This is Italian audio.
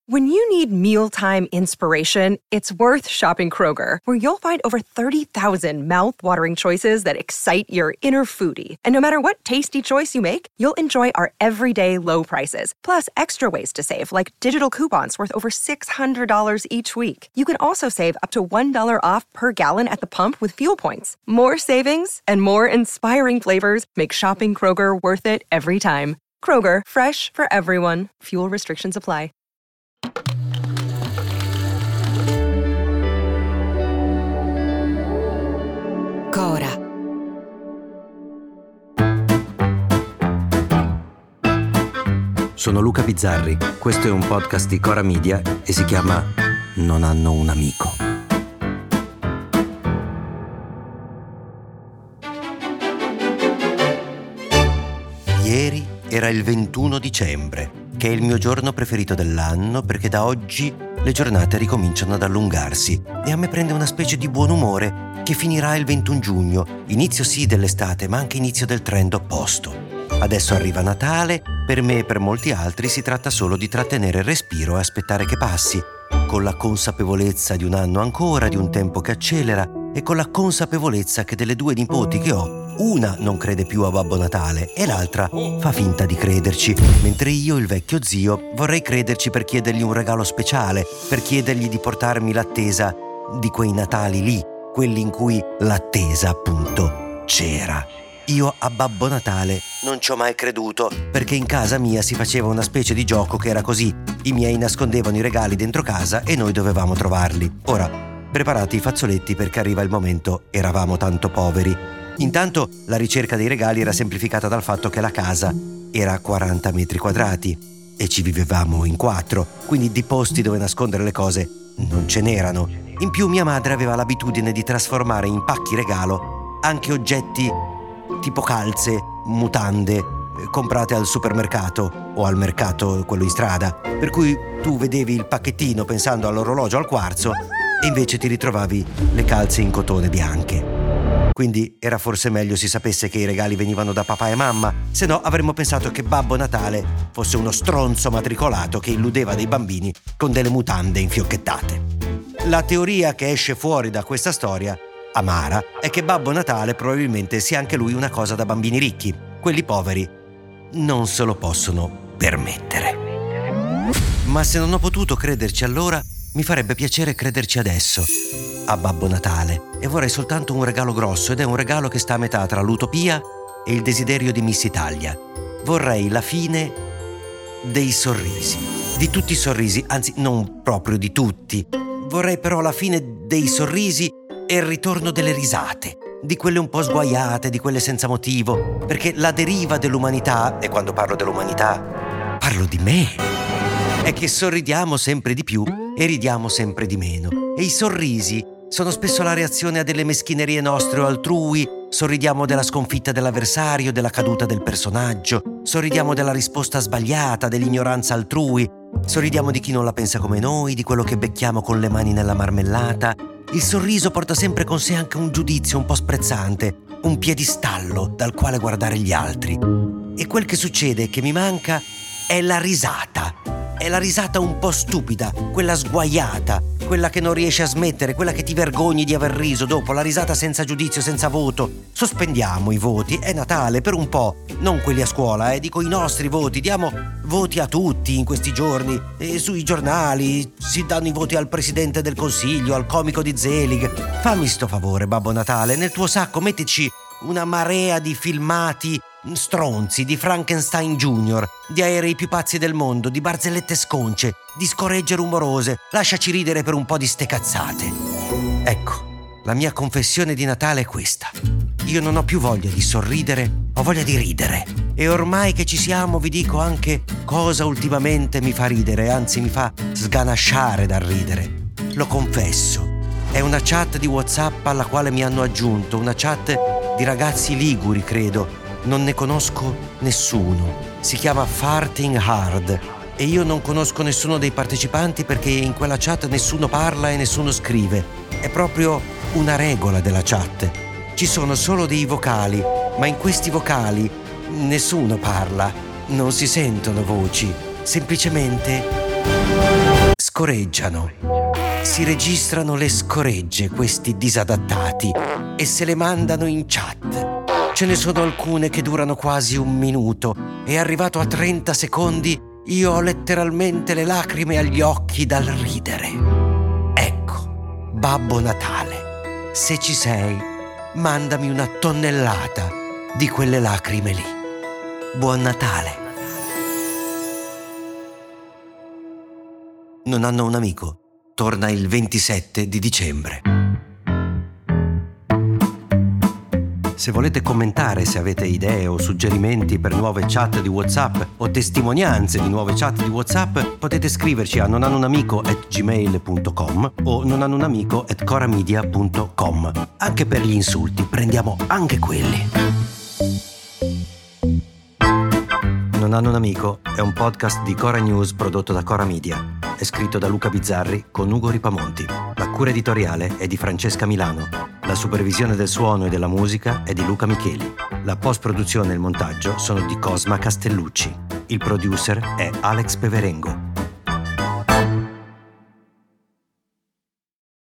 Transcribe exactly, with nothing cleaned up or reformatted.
When you need mealtime inspiration, it's worth shopping Kroger, where you'll find over thirty thousand mouth-watering choices that excite your inner foodie. And no matter what tasty choice you make, you'll enjoy our everyday low prices, plus extra ways to save, like digital coupons worth over six hundred dollars each week. You can also save up to one dollar off per gallon at the pump with fuel points. More savings and more inspiring flavors make shopping Kroger worth it every time. Kroger, fresh for everyone. Fuel restrictions apply. Cora. Sono Luca Bizzarri, questo è un podcast di Cora Media e si chiama Non hanno un amico. Ieri era il ventuno dicembre, che è il mio giorno preferito dell'anno perché da oggi le giornate ricominciano ad allungarsi e a me prende una specie di buon umore che finirà il ventuno giugno, inizio sì dell'estate ma anche inizio del trend opposto. Adesso arriva Natale, per me e per molti altri si tratta solo di trattenere il respiro e aspettare che passi, con la consapevolezza di un anno ancora, di un tempo che accelera e con la consapevolezza che delle due nipoti che ho, una non crede più a Babbo Natale e l'altra fa finta di crederci, mentre io, il vecchio zio, vorrei crederci per chiedergli un regalo speciale, per chiedergli di portarmi l'attesa di quei Natali lì, quelli in cui l'attesa, appunto, c'era. Io a Babbo Natale non ci ho mai creduto, perché in casa mia si faceva una specie di gioco che era così. I miei nascondevano i regali dentro casa e noi dovevamo trovarli. Ora, preparati i fazzoletti perché arriva il momento, eravamo tanto poveri. Intanto la ricerca dei regali era semplificata dal fatto che la casa era a quaranta metri quadrati e ci vivevamo in quattro, quindi di posti dove nascondere le cose non ce n'erano. In più mia madre aveva l'abitudine di trasformare in pacchi regalo anche oggetti tipo calze, mutande, comprate al supermercato o al mercato, quello in strada, per cui tu vedevi il pacchettino pensando all'orologio al quarzo e invece ti ritrovavi le calze in cotone bianche. Quindi era forse meglio si sapesse che i regali venivano da papà e mamma, se no avremmo pensato che Babbo Natale fosse uno stronzo matricolato che illudeva dei bambini con delle mutande infiocchettate. La teoria che esce fuori da questa storia amara è che Babbo Natale probabilmente sia anche lui una cosa da bambini ricchi. Quelli poveri non se lo possono permettere. Ma se non ho potuto crederci allora, mi farebbe piacere crederci adesso a Babbo Natale, e vorrei soltanto un regalo grosso, ed è un regalo che sta a metà tra l'utopia e il desiderio di Miss Italia. Vorrei la fine dei sorrisi, di tutti i sorrisi, anzi non proprio di tutti. Vorrei però la fine dei sorrisi e il ritorno delle risate, di quelle un po' sguaiate, di quelle senza motivo, perché la deriva dell'umanità, e quando parlo dell'umanità parlo di me, è che sorridiamo sempre di più e ridiamo sempre di meno. E i sorrisi sono spesso la reazione a delle meschinerie nostre o altrui. Sorridiamo della sconfitta dell'avversario, della caduta del personaggio, sorridiamo della risposta sbagliata, dell'ignoranza altrui, sorridiamo di chi non la pensa come noi, di quello che becchiamo con le mani nella marmellata. Il sorriso porta sempre con sé anche un giudizio un po' sprezzante, un piedistallo dal quale guardare gli altri. E quel che succede e che mi manca è la risata. È la risata un po' stupida, quella sguaiata, quella che non riesce a smettere, quella che ti vergogni di aver riso dopo, la risata senza giudizio, senza voto. Sospendiamo i voti, è Natale per un po', non quelli a scuola, eh, dico i nostri voti, diamo voti a tutti in questi giorni, e sui giornali si danno i voti al Presidente del Consiglio, al comico di Zelig. Fammi sto favore, Babbo Natale, nel tuo sacco mettici una marea di filmati stronzi, di Frankenstein Junior, di aerei più pazzi del mondo, di barzellette sconce, di scoregge rumorose. Lasciaci ridere per un po' di ste cazzate. Ecco, la mia confessione di Natale è questa. Io non ho più voglia di sorridere, ho voglia di ridere. E ormai che ci siamo vi dico anche cosa ultimamente mi fa ridere, anzi mi fa sganasciare dal ridere. Lo confesso. È una chat di WhatsApp alla quale mi hanno aggiunto, una chat di ragazzi liguri, credo. Non ne conosco nessuno. Si chiama Farting Hard e io non conosco nessuno dei partecipanti perché in quella chat nessuno parla e nessuno scrive. È proprio una regola della chat. Ci sono solo dei vocali, ma in questi vocali nessuno parla. Non si sentono voci. Semplicemente scoreggiano. Si registrano le scoregge, questi disadattati, e se le mandano in chat. Ce ne sono alcune che durano quasi un minuto e arrivato a trenta secondi io ho letteralmente le lacrime agli occhi dal ridere. Ecco, Babbo Natale, se ci sei, mandami una tonnellata di quelle lacrime lì. Buon Natale. Non hanno un amico. Torna il ventisette di dicembre. Se volete commentare, se avete idee o suggerimenti per nuove chat di WhatsApp o testimonianze di nuove chat di WhatsApp, potete scriverci a nonhanunamico at gmail punto com o nonhanunamico at coramedia punto com. Anche per gli insulti, prendiamo anche quelli. Non hanno un amico è un podcast di Cora News prodotto da Cora Media. È scritto da Luca Bizzarri con Ugo Ripamonti. La cura editoriale è di Francesca Milano. La supervisione del suono e della musica è di Luca Micheli. La post-produzione e il montaggio sono di Cosma Castellucci. Il producer è Alex Peverengo.